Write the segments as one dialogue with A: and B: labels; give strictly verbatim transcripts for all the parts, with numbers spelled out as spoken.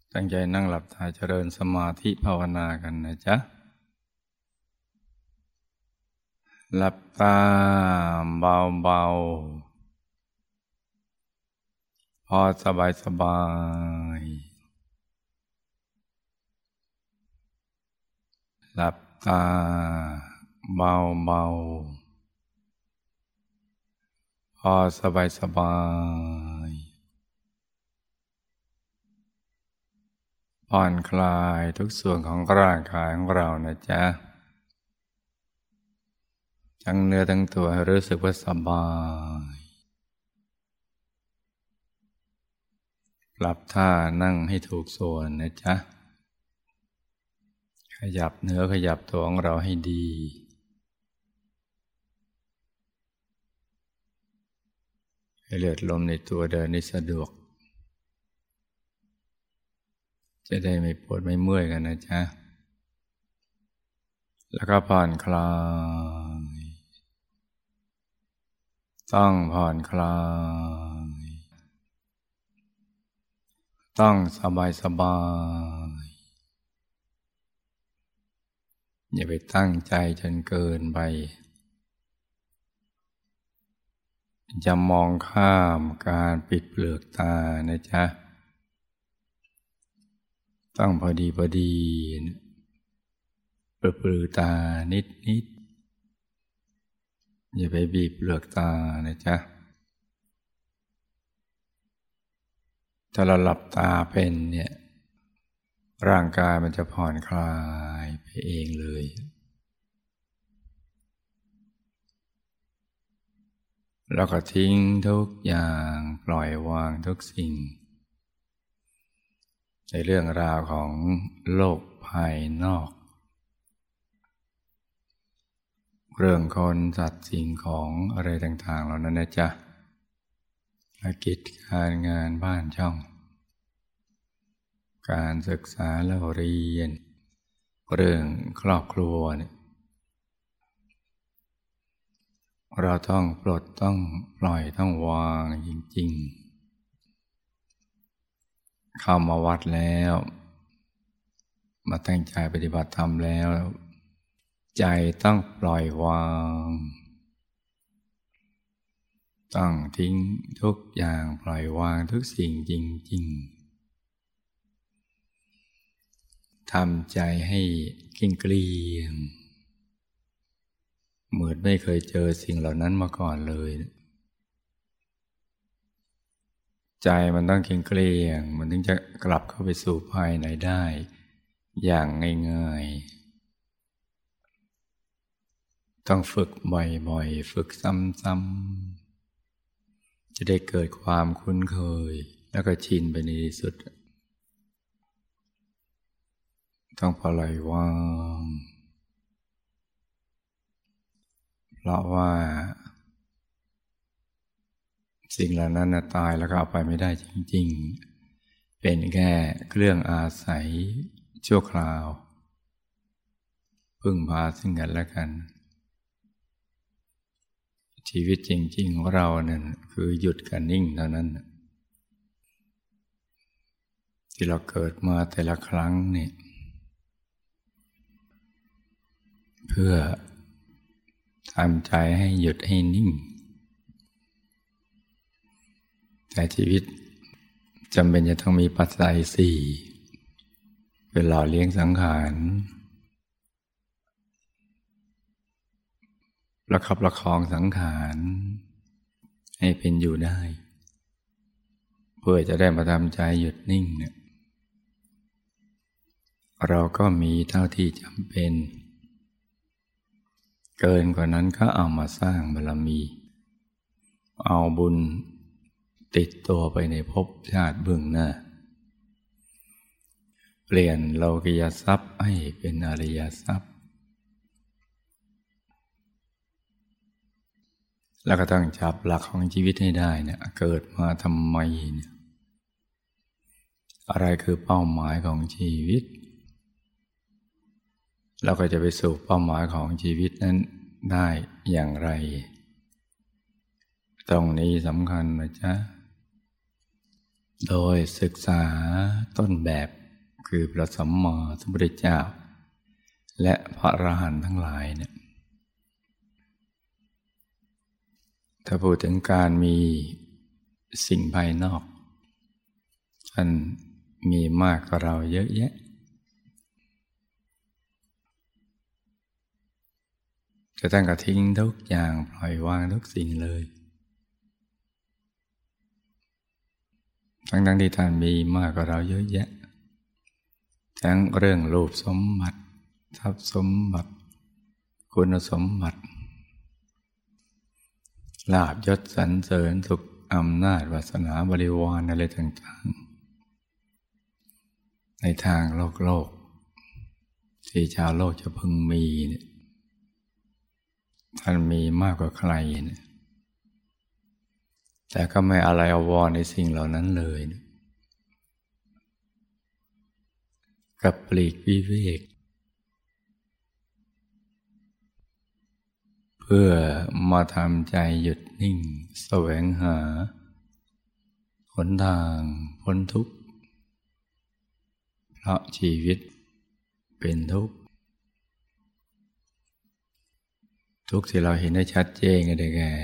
A: ตั้งใจนั่งหลับตาเจริญสมาธิภาวนากันนะจ๊ะหลับตาเบาๆพอสบายสบายหลับตาเบาๆพอสบายสบายผ่อนคลายทุกส่วนของร่างกายของเรานะจ๊ะทั้งเนื้อทั้งตัวให้รู้สึกว่าสบายปรับท่านั่งให้ถูกส่วนนะจ๊ะขยับเนื้อขยับตัวของเราให้ดีให้เลือดลมในตัวเดินได้สะดวกจะได้ไม่ปวดไม่เมื่อยกันนะจ๊ะแล้วก็ผ่อนคลายต้องผ่อนคลายต้องสบายสบายอย่าไปตั้งใจจนเกินไปจะมองข้ามการปิดเปลือกตานะจ๊ะต้องพอดีพอดีเปลือกตานิดนิดอย่าไปบีบเปลือกตานะจ๊ะถ้าเราหลับตาเป็นเนี่ยร่างกายมันจะผ่อนคลายไปเองเลยแล้วก็ทิ้งทุกอย่างปล่อยวางทุกสิ่งในเรื่องราวของโลกภายนอกเรื่องคนสัตว์สิ่งของอะไรต่างๆเหล่านั้นนะจ๊ะกิจการงานบ้านช่องการศึกษาเล่าเรียนเรื่องครอบครัวเนี่ยเราต้องปลดต้องปล่อยต้องวางจริงๆเข้ามาวัดแล้วมาตั้งใจปฏิบัติธรรมแล้วใจต้องปล่อยวางต้องทิ้งทุกอย่างปล่อยวางทุกสิ่งจริงๆทำใจให้เกลี้ยงเกลี้ยงเหมือนไม่เคยเจอสิ่งเหล่านั้นมาก่อนเลยใจมันต้องเกลี้ยงเกลี้ยงมันถึงจะกลับเข้าไปสู่ภายในได้อย่างง่ายๆต้องฝึกบ่อยๆฝึกซ้ำๆจะได้เกิดความคุ้นเคยแล้วก็ชินไปในที่สุดต้องปล่อยวางเพราะว่าสิ่งเหล่านั้นตายแล้วก็เอาไปไม่ได้จริงๆเป็นแค่เครื่องอาศัยชั่วคราวพึ่งพาซึ่งกันและกันชีวิตจริงๆของเราเนี่ยคือหยุดกันนิ่งเท่านั้นที่เราเกิดมาแต่ละครั้งเนี่ยเพื่อทำใจให้หยุดให้นิ่งแต่ชีวิตจำเป็นจะต้องมีปัจจัยสี่เป็นหล่อเลี้ยงสังขารประคับประคองสังขารให้เป็นอยู่ได้เพื่อจะได้มาทำใจหยุดนิ่งเนี่ยเราก็มีเท่าที่จำเป็นเกินกว่านั้นก็เอามาสร้างบารมีเอาบุญติดตัวไปในภพชาติเบื้องหน้าเปลี่ยนโลกิยทรัพย์ให้เป็นอริยทรัพย์แล้วก็ต้องจับหลักของชีวิตให้ได้เนี่ยเกิดมาทำไมเนี่ยอะไรคือเป้าหมายของชีวิตเราก็จะไปสู่เป้าหมายของชีวิตนั้นได้อย่างไรตรงนี้สำคัญนะจ๊ะโดยศึกษาต้นแบบคือพระสัมมาสัมพุทธเจ้าและพระอรหันต์ทั้งหลายเนี่ยถ้าพูดถึงการมีสิ่งภายนอกท่านมีมากกว่าเราเยอะแยะจะตั้งกระทิ้งทุกอย่างปล่อยวางทุกสิ่งเลยทั้งทั้งที่ท่านมีมากกว่าเราเยอะแยะทั้งเรื่องรูปสมบัติทรัพย์สมบัติคุณสมบัติลาภยศสรรเสริญสุขอำนาจวาสนาบริวารอะไรต่างๆในทางโลกโลกที่ชาวโลกจะพึงมีเนี่ยท่านมีมากกว่าใครเนี่ยแต่ก็ไม่อะไรอาวรณ์ในสิ่งเหล่านั้นเลยนะกับปลีกวิเวกเพื่อมาทำใจหยุดนิ่งแสวงหาหนทางพ้นทุกข์เพราะชีวิตเป็นทุกข์ทุกข์ที่เราเห็นได้ชัดเจนก็ได้แก่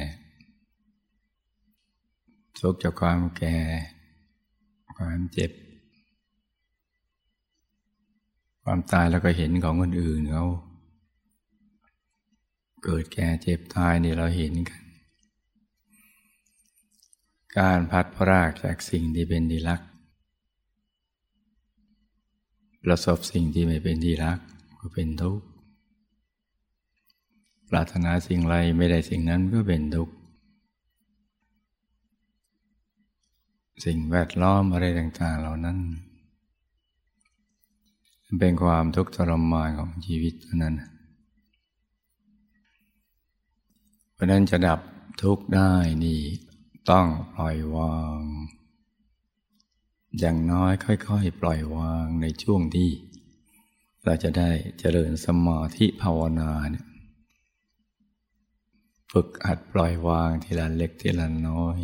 A: ทุกข์จากความแก่ความเจ็บความตายเราก็เห็นของคนอื่นเขาเกิดแก่เจ็บตายนี่เราเห็นกันการพัดพรากจากสิ่งที่เป็นที่รักประสบสิ่งที่ไม่เป็นที่รักก็เป็นทุกข์ปรารถนาสิ่งไรไม่ได้สิ่งนั้นก็เป็นทุกข์สิ่งแวดล้อมอะไรต่างๆเหล่านั้นเป็นความทุกข์ทรมานของชีวิตเท่านั้นเพราะนั้นจะดับทุกข์ได้นี่ต้องปล่อยวางอย่างน้อยค่อยๆปล่อยวางในช่วงที่เราจะได้เจริญสมาธิภาวนาเนี่ยฝึกหัดปล่อยวางทีละเล็กทีละน้อย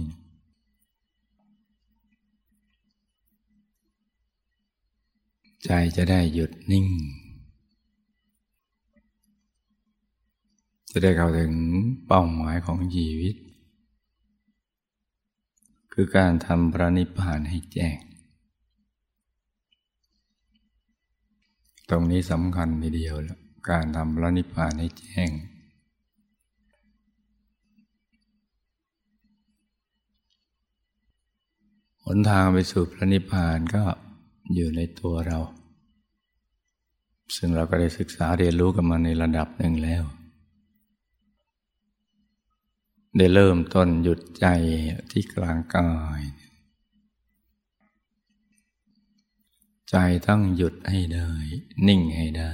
A: ใจจะได้หยุดนิ่งจะได้เข้าถึงเป้าหมายของชีวิตคือการทำพระนิพพานให้แจ้งตรงนี้สำคัญทีเดียวแล้วการทำพระนิพพานให้แจ้งหนทางไปสู่พระนิพพานก็อยู่ในตัวเราซึ่งเราก็ได้ศึกษาเรียนรู้กันมาในระดับหนึ่งแล้วได้เริ่มต้นหยุดใจที่กลางกายใจต้องหยุดให้ได้นิ่งให้ได้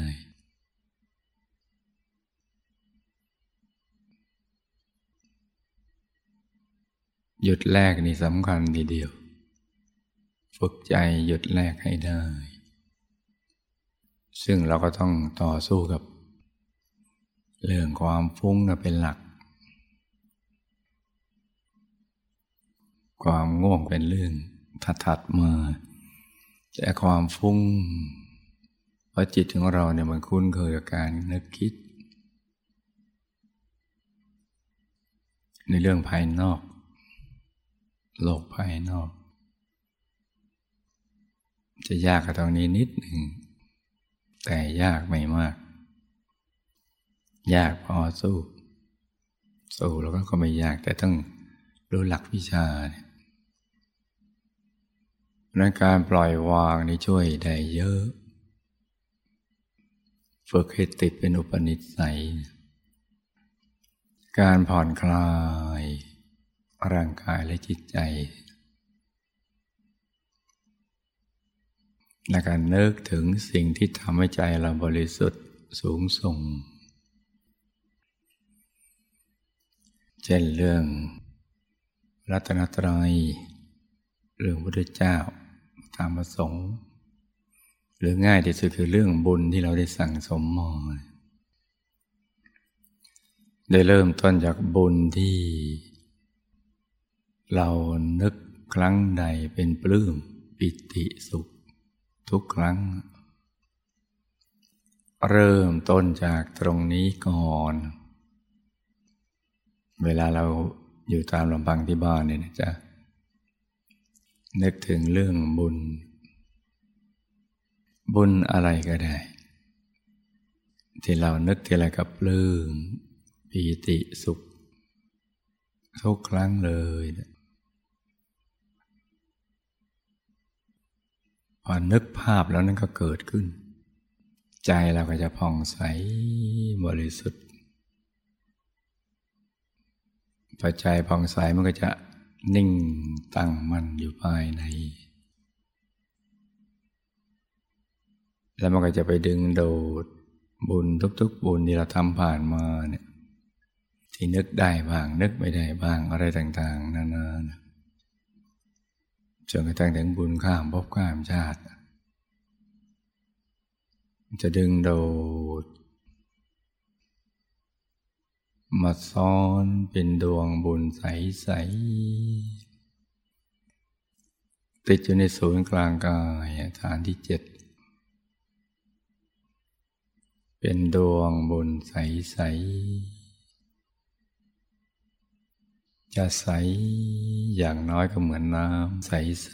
A: หยุดแรกนี่สำคัญทีเดียวฝึกใจหยุดแรกให้ได้ซึ่งเราก็ต้องต่อสู้กับเรื่องความฟุ้งนะเป็นหลักความง่วงเป็นเรื่องถัดๆมาแต่ความฟุ้งเพราะจิตของเราเนี่ยมันคุ้นเคยกับการนึกคิดในเรื่องภายนอกโลกภายนอกจะยากกับตรงนี้นิดหนึ่งแต่ยากไม่มากยากพอสู้สู้แล้วก็ไม่ยากแต่ต้องรู้หลักวิชาเนี่ยในการปล่อยวางนี่ช่วยได้เยอะฝึกให้ติดเป็นอุปนิสัยการผ่อนคลายร่างกายและจิตใจและการนึกถึงสิ่งที่ทำให้ใจเราบริสุทธิ์สูงส่งเช่นเรื่องรัตนตรัยเรื่องพระพุทธเจ้าธรรมประสงค์หรือง่ายที่สุดคือเรื่องบุญที่เราได้สั่งสมมาได้เริ่มต้นจากบุญที่เรานึกครั้งใดเป็นปลื้มปิติสุขทุกครั้งเริ่มต้นจากตรงนี้ก่อนเวลาเราอยู่ตามลำพังที่บ้านเนี่ยนะจ๊ะนึกถึงเรื่องบุญบุญอะไรก็ได้ที่เรานึกทีไรกับปลื้มปีติสุขทุกครั้งเลยพอนึกภาพแล้วนั่นก็เกิดขึ้นใจเราก็จะผ่องใสบริสุทธิ์พอใจผ่องใสมันก็จะนิ่งตั้งมั่นอยู่ภายในแล้วมันก็จะไปดึงดูดบุญทุกๆบุญที่เราทำผ่านมาเนี่ยที่นึกได้บ้างนึกไม่ได้บ้างอะไรต่างๆนานาจนกระทั่งถึงบุญข้ามภพข้ามชาติจะดึงดูดมาซ้อนเป็นดวงบุญใสๆติดอยู่ในศูนย์กลางกายฐานที่เจ็ดเป็นดวงบุญใสๆจะใสอย่างน้อยก็เหมือนน้ำใส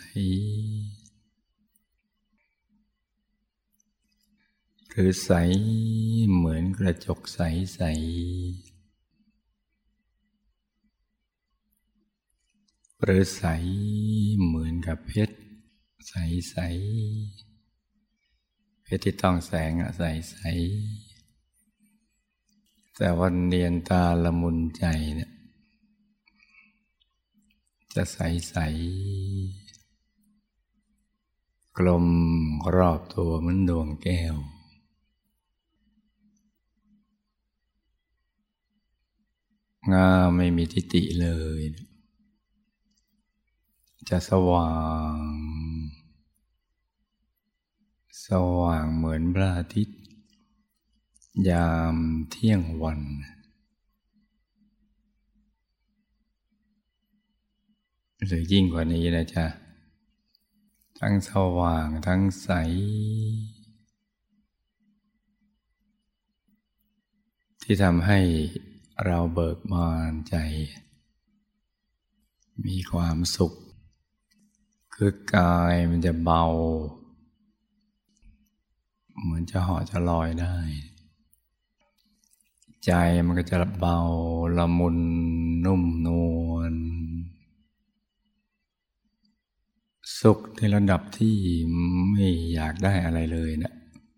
A: ๆหรือใสเหมือนกระจกใสๆหรือใสเหมือนกับเพชรใสๆเพชรที่ต้องแสงอะใสๆแต่วันเนียนตาละมุนใจเนี่ยจะใสๆกลมรอบตัวเหมือนดวงแก้วงามไม่มีทิฏฐิเลยจะสว่างสว่างเหมือนพระอาทิตย์ยามเที่ยงวันหรือยิ่งกว่านี้นะจ๊ะทั้งสว่างทั้งใสที่ทำให้เราเบิกบานใจมีความสุขคือกายมันจะเบาเหมือนจะเหาะจะลอยได้ใจมันก็จะเบาละมุนนุ่มนวลสุขในระดับที่ไม่อยากได้อะไรเลยนะ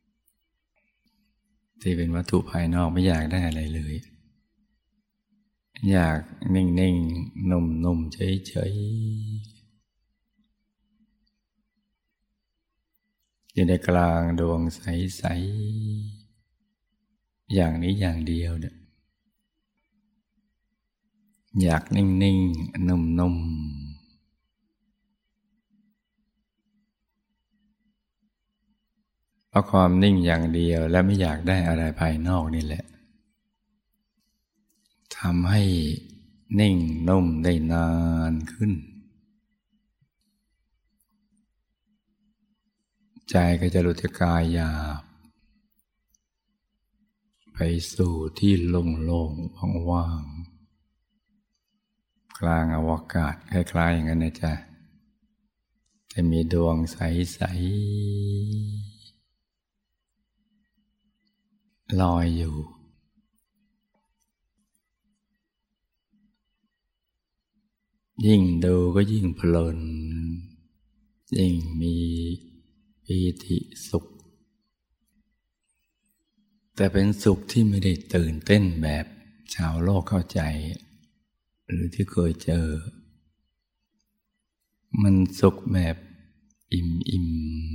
A: ที่เป็นวัตถุภายนอกไม่อยากได้อะไรเลยอยากนิ่งๆนุ่มๆเฉยๆอยู่ในกลางดวงใสๆอย่างนี้อย่างเดียวเนี่ยอยากนิ่งๆนุ่มๆเพราะความนิ่งอย่างเดียวและไม่อยากได้อะไรภายนอกนี่แหละทำให้นิ่งนุ่มได้นานขึ้นใจก็จะหลุดจากกายหยาบไปสู่ที่โล่งๆว่างๆกลางอวกาศคล้ายๆอย่างนั้นนะจ๊ะจะมีดวงใสๆลอยอยู่ยิ่งดูก็ยิ่งเพลินยิ่งมีปีติสุขแต่เป็นสุขที่ไม่ได้ตื่นเต้นแบบชาวโลกเข้าใจหรือที่เคยเจอมันสุขแบบอิ่มอิ่ม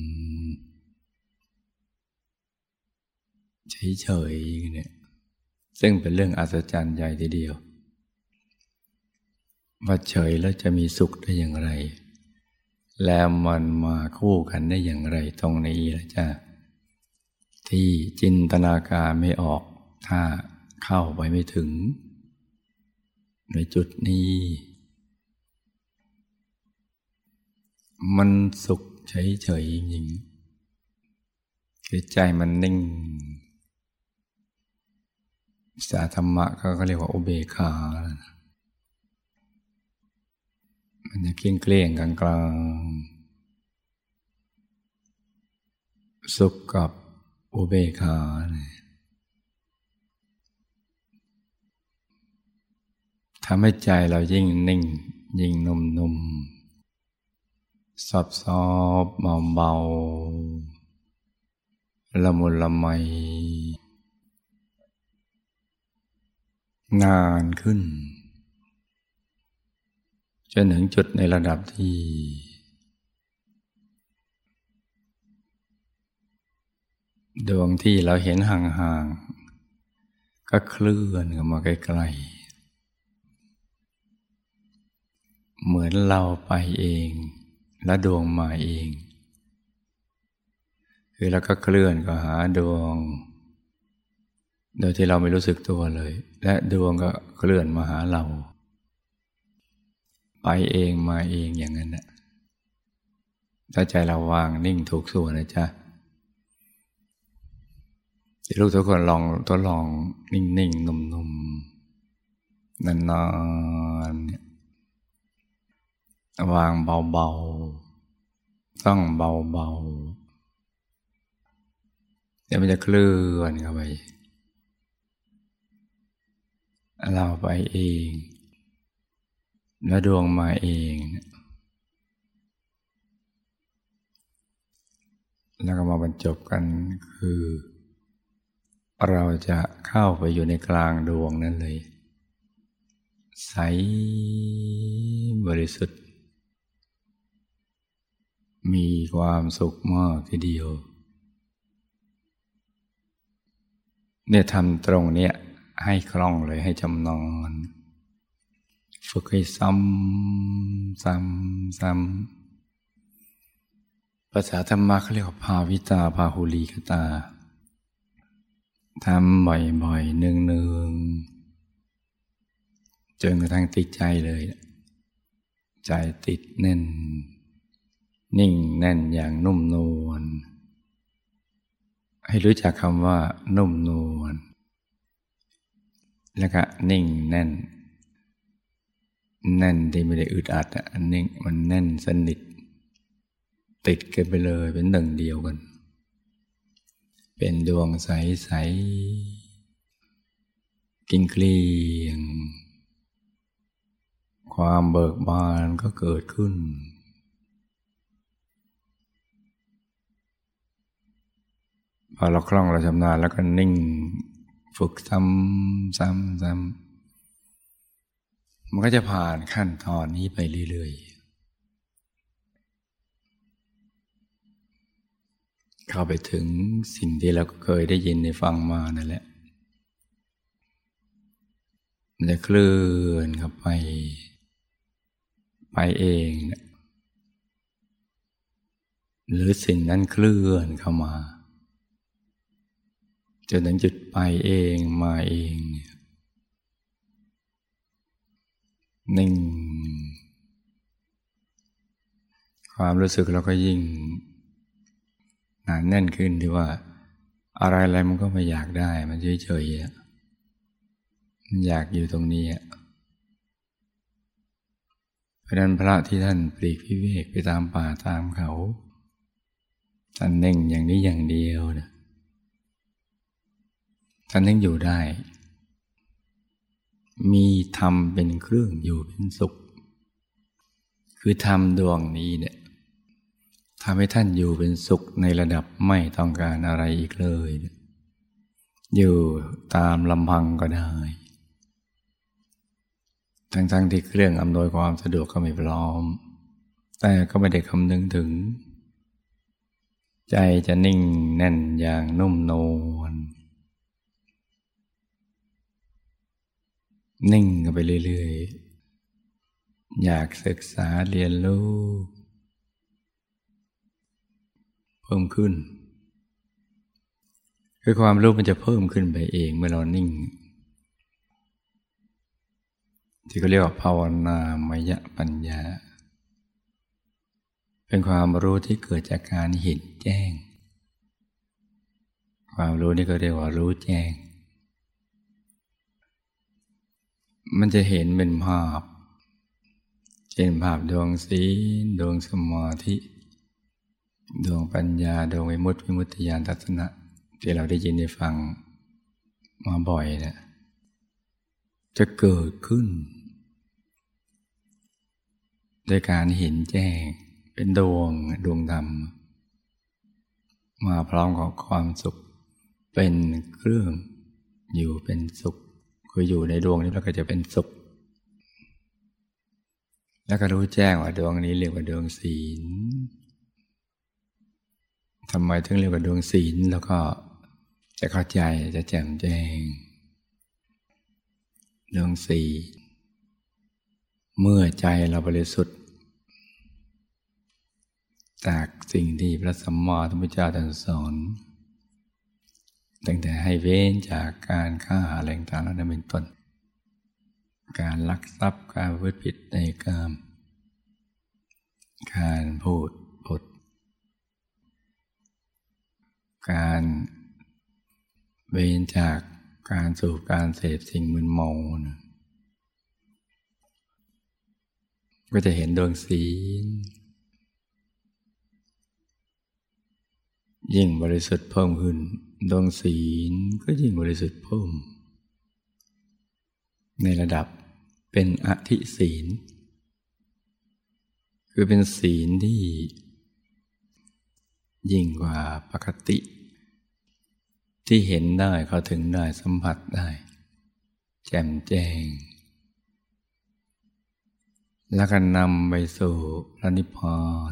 A: เฉยๆเนี่ยซึ่งเป็นเรื่องอัศจรรย์ใหญ่ทีเดียวว่าเฉยแล้วจะมีสุขได้อย่างไรแล้วมันมาคู่กันได้อย่างไรตรงนี้ล่ะจ้ะที่จินตนาการไม่ออกถ้าเข้าไปไม่ถึงในจุดนี้มันสุขเฉยๆจริงคือใจมันนิ่งภาษาธรรมะเขาก็เรียกว่าอุเบกขามันจะเกลี้ยงเกลี้ยงกลางกลางสุขกับอุเบกขาทำให้ใจเรายิ่งนิ่งยิ่งนุ่มนุ่มซอบซอบเบาเบาละมุนละไมนานขึ้นจนถึงจุดในระดับที่ดวงที่เราเห็นห่างๆก็เคลื่อนเข้ามาใกล้ๆเหมือนเราไปเองและดวงมาเองคือเราก็เคลื่อนก็หาดวงโดยที่เราไม่รู้สึกตัวเลยและดวงก็เคลื่อนมาหาเราไปเองมาเองอย่างนั้นนะถ้าใจเราวางนิ่งถูกส่วนนะจ๊ะลูกทุกคนลองทดลองนิ่งๆนุ่มๆนานๆเนี่ยวางเบาๆต้องเบาๆเดี๋ยวมันจะเคลื่อนเข้าไปเราไปเองแล้วดวงมาเองแล้วก็มาบรรจบกันคือเราจะเข้าไปอยู่ในกลางดวงนั้นเลยใสบริสุทธิ์มีความสุขมากทีเดียวเนี่ยทำตรงเนี้ยให้คล่องเลยให้จำนอนฝึกให้ซ้ำซ้ำซ้ำภาษาธรรมะเขาเรียกว่าภาวิตาพาหุลีกตาทำบ่อยๆเนืองๆจนกระทั่งติดใจเลยใจติดแน่นนิ่งแน่นอย่างนุ่มนวลให้รู้จักคำว่านุ่มนวลแล้วก็นิ่งแน่นแน่นที่ไม่ได้อึดอัดอ่ะนิ่งมันแน่นสนิทติดกันไปเลยเป็นหนึ่งเดียวกันเป็นดวงใสๆกิ้งเกลี้ยงความเบิกบานก็เกิดขึ้นพอเราคล่องเราชำนาญแล้วก็นิ่งฝึกซ้ำซ้ำซ้ำมันก็จะผ่านขั้นตอนนี้ไปเรื่อยๆเข้าไปถึงสิ่งที่เราเคยได้ยินได้ฟังมานั่นแหละมันจะเคลื่อนเข้าไปไปเองนะหรือสิ่งนั้นเคลื่อนเข้ามาจนถึงจุดไปเองมาเองนิ่งความรู้สึกเราก็ยิ่งหนาแน่นขึ้นที่ว่าอะไรอะไรมันก็ไม่อยากได้มันเฉยๆมันอยากอยู่ตรงนี้เพราะนั้นพระที่ท่านปลีกวิเวกไปตามป่าตามเขาท่านนิ่งอย่างนี้อย่างเดียวนะท่านยังอยู่ได้มีธรรมเป็นเครื่องอยู่เป็นสุขคือธรรมดวงนี้เนี่ยทำให้ท่านอยู่เป็นสุขในระดับไม่ต้องการอะไรอีกเลยอยู่ตามลำพังก็ได้ทั้งๆที่เครื่องอำนวยความสะดวกก็ไม่พร้อมแต่ก็ไม่ได้คำนึงถึงใจจะนิ่งแน่นอย่างนุ่มนวลนิ่งกันไปเรื่อยๆอยากศึกษาเรียนรู้เพิ่มขึ้นคือความรู้มันจะเพิ่มขึ้นไปเองเมื่อเรานิ่งที่เขาเรียกว่าภาวนามยปัญญาเป็นความรู้ที่เกิดจากการเห็นแจ้งความรู้นี่ก็เรียกว่ารู้แจ้งมันจะเห็นเป็นภาพเช่นภาพดวงศีลดวงสมาธิดวงปัญญาดวงวิมุตติวิมุตติญาณทัศนะที่เราได้ยินได้ฟังมาบ่อยเนี่ยจะเกิดขึ้นด้วยการเห็นแจ้งเป็นดวงดวงธรรมมาพร้อมกับความสุขเป็นเครื่องอยู่เป็นสุขคืออยู่ในดวงนี้แล้วก็จะเป็นสุขแล้วก็รู้แจ้งว่าดวงนี้เรียกว่าดวงศีลทำไมถึงเรียกว่าดวงศีลแล้วก็จะเข้าใจจะแจ่มแจ้งดวงศีลเมื่อใจเราบริสุทธิ์จากสิ่งที่พระสัมมาสัมพุทธเจ้าตรัสสอนตั้งแต่ให้เว้นจากการฆ่าอะไรต่างๆนั้นเป็นต้นการลักทรัพย์การประพฤติผิดในกามการพูดปดการเว้นจากการสูบการเสพสิ่งมึนเมาก็จะเห็นดวงศีลยิ่งบริสุทธิ์เพิ่มขึ้นดวงศีลก็ยิ่งบริสุทธิ์เพิ่มในระดับเป็นอธิศีลคือเป็นศีลที่ยิ่งกว่าปกติที่เห็นได้เข้าถึงได้สัมผัสได้แจ่มแจ้งแล้วก็นำไปสู่พระนิพพาน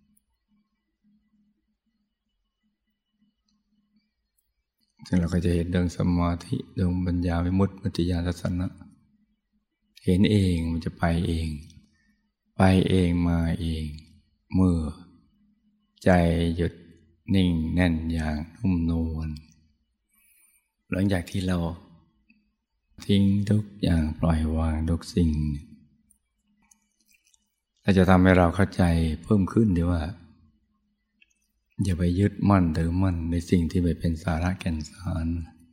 A: ซึ่งเราก็จะเห็นดวงสมาธิดวงปัญญาวิมุตติวิมุตติญาณทัศนะเห็นเองมันจะไปเองไปเองมาเองเมื่อใจหยุดนิ่งแน่นอย่างนุ่มนวลหลังจากที่เราทิ้งทุกอย่างปล่อยวางทุกสิ่งเราจะทำให้เราเข้าใจเพิ่มขึ้นด้วยว่าอย่าไปยึดมั่นถือมั่นในสิ่งที่ไม่เป็นสาระแก่นสาร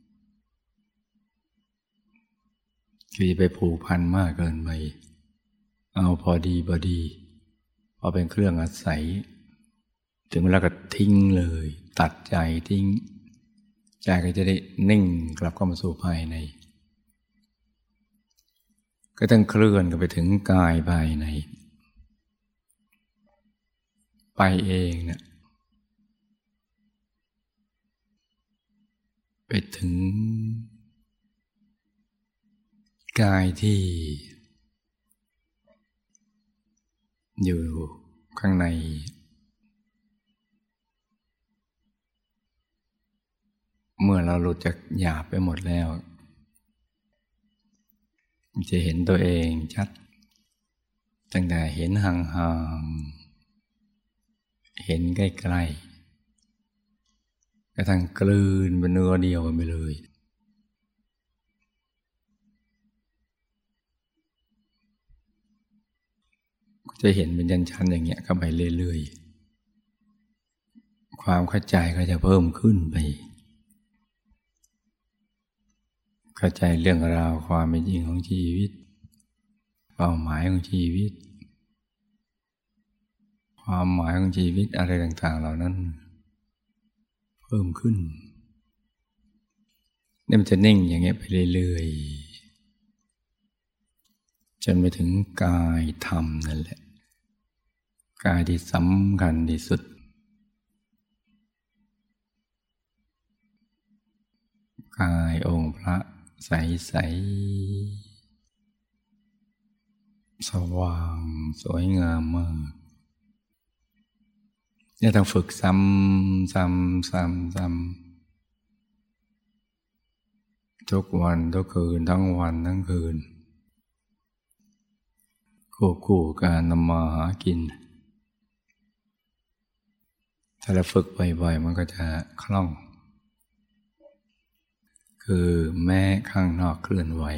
A: คือจะไปผูกพันมากเกินไปเอาพอดีพอดีพอเป็นเครื่องอาศัยถึงเวลาก็ทิ้งเลยตัดใจทิ้งใจก็จะได้นิ่งกลับเข้ามาสู่ภายในก็ต้องเคลื่อนกันไปถึงกายภายในไปเองเนี่ยไปถึงกายที่อยู่ข้างในเมื่อเราหลุดจากหยาบไปหมดแล้วจะเห็นตัวเองชัดตั้งแต่เห็นห่างๆเห็นใกล้ๆกระทั่งกลืนเป็นเนื้อเดียวกันไปเลยจะเห็นเป็นชั้นๆอย่างเงี้ยก็ไปเรื่อยๆความเข้าใจก็จะเพิ่มขึ้นไปเข้าใจเรื่องราวความเป็นจริงของชีวิตเป้าหมายของชีวิตความหมายของชีวิตอะไรต่างๆเหล่านั้นเพิ่มขึ้นนี่มันจะนิ่งอย่างเงี้ยไปเรื่อยๆจนไปถึงกายธรรมนั่นแหละกายที่สำคัญที่สุดกายองค์พระใสๆสว่างสวยงามมากเนี่ยต้องฝึกซ้ำซ้ำซ้ำซ้ำทุกวันทุกคืนทั้งวันทั้งคืนควบคู่การทำมาหากินถ้าเราฝึกบ่อยๆมันก็จะคล่องคือแม้ข้างนอกเคลื่อนไหว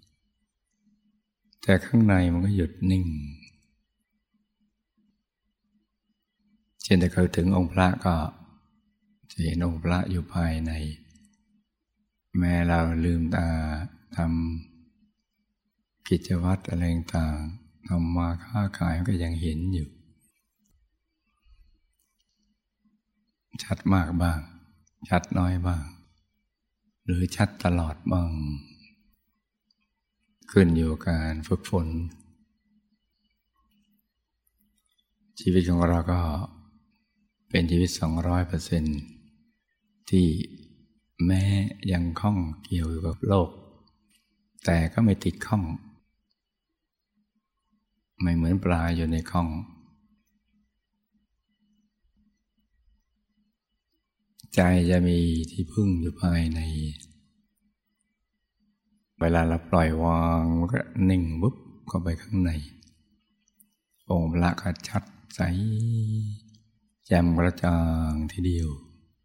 A: แต่ข้างในมันก็หยุดนิ่งเช่นถ้าเข้าถึงองค์พระก็จะเห็นองค์พระอยู่ภายในแม้เราลืมตาทำกิจวัตรอะไรต่างทำมาค้าขายก็ยังเห็นอยู่ชัดมากบ้างชัดน้อยบ้างหรือชัดตลอดบ้างขึ้นอยู่กับการฝึกฝนชีวิตของเราก็เป็นชีวิต สองร้อยเปอร์เซ็นต์ ที่แม้ยังข้องเกี่ยวกับโลกแต่ก็ไม่ติดข้องไม่เหมือนปลาอยู่ในข้องใจจะมีที่พึ่งอยู่ภายในเวลาเราปล่อยวางมันก็นิ่งบุ๊บเข้าไปข้างในองค์พระก็ชัดใสแจ่มกระจ่างทีเดียว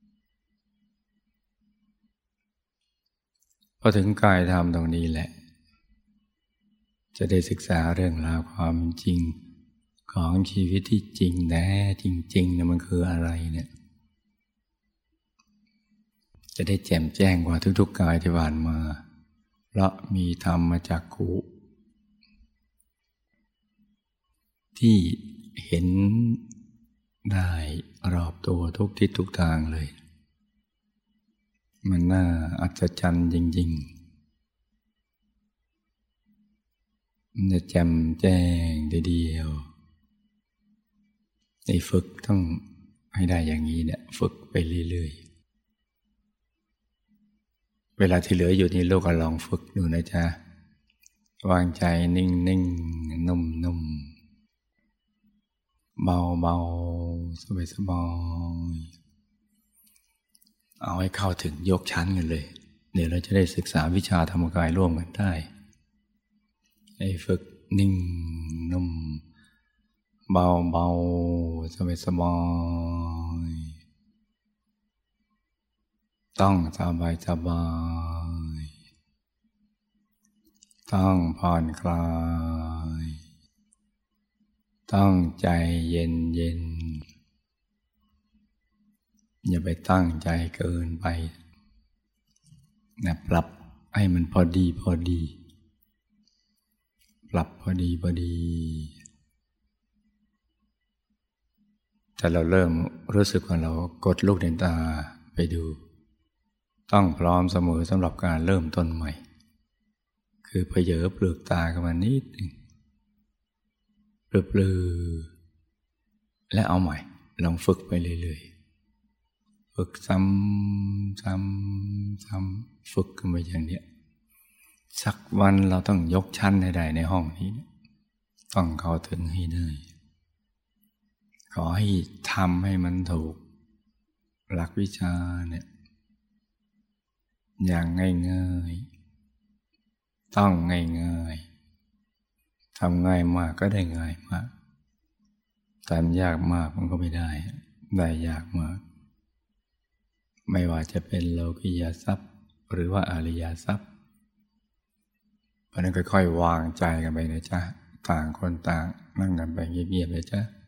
A: พอถึงกายธรรมตรงนี้แหละจะได้ศึกษาเรื่องราวความจริงของชีวิตที่จริงแท้จริงๆเนี่ยมันคืออะไรเนี่ยจะได้แจ่มแจ้งกว่าทุกๆกายที่ผ่านมาเพราะมีธรรมจักขุที่เห็นได้รอบตัวทุกทิศทุกทางเลยมันน่าอัศจรรย์จริงๆมันจะแจ่มแจ้งทีเดียวในฝึกต้องให้ได้อย่างนี้เนี่ยฝึกไปเรื่อยๆเวลาที่เหลืออยู่นี่ลูกก็ลองฝึกดูนะจ๊ะวางใจนิ่งๆนุ่มๆเบาๆสบายๆเอาให้เข้าถึงยกชั้นกันเลยเดี๋ยวเราจะได้ศึกษาวิชาธรรมกายร่วมกันได้ให้ฝึกนิ่งนุ่มเบาๆสบายๆต้องสบายสบายต้องผ่อนคลายต้องใจเย็นเย็นอย่าไปตั้งใจเกินไปนะปรับให้มันพอดีพอดีปรับพอดีพอดีแต่เราเริ่มรู้สึกว่าเรากดลูกในตาไปดูต้องพร้อมเสมอสำหรับการเริ่มต้นใหม่คือเผยเปลือกตากันมานิดหนึ่งปลือๆและเอาใหม่ลองฝึกไปเรื่อยๆฝึกซ้ำซ้ำซ้ำฝึกกันไปอย่างเนี้ยสักวันเราต้องยกชั้นให้ได้ในห้องนี้ต้องเข้าถึงให้ได้ขอให้ทำให้มันถูกหลักวิชาเนี่ยอย่างง่ายๆต้องง่ายๆทำง่ายมากก็ได้ง่ายมากทำยากมากมันก็ไม่ได้ได้ยากมากไม่ว่าจะเป็นโลกิยทรัพย์หรือว่าอริยทรัพย์เพราะนั้นค่อยๆวางใจกันไปนะจ๊ะต่างคนต่างนั่งกันไปเงียบๆเลยจ๊ะ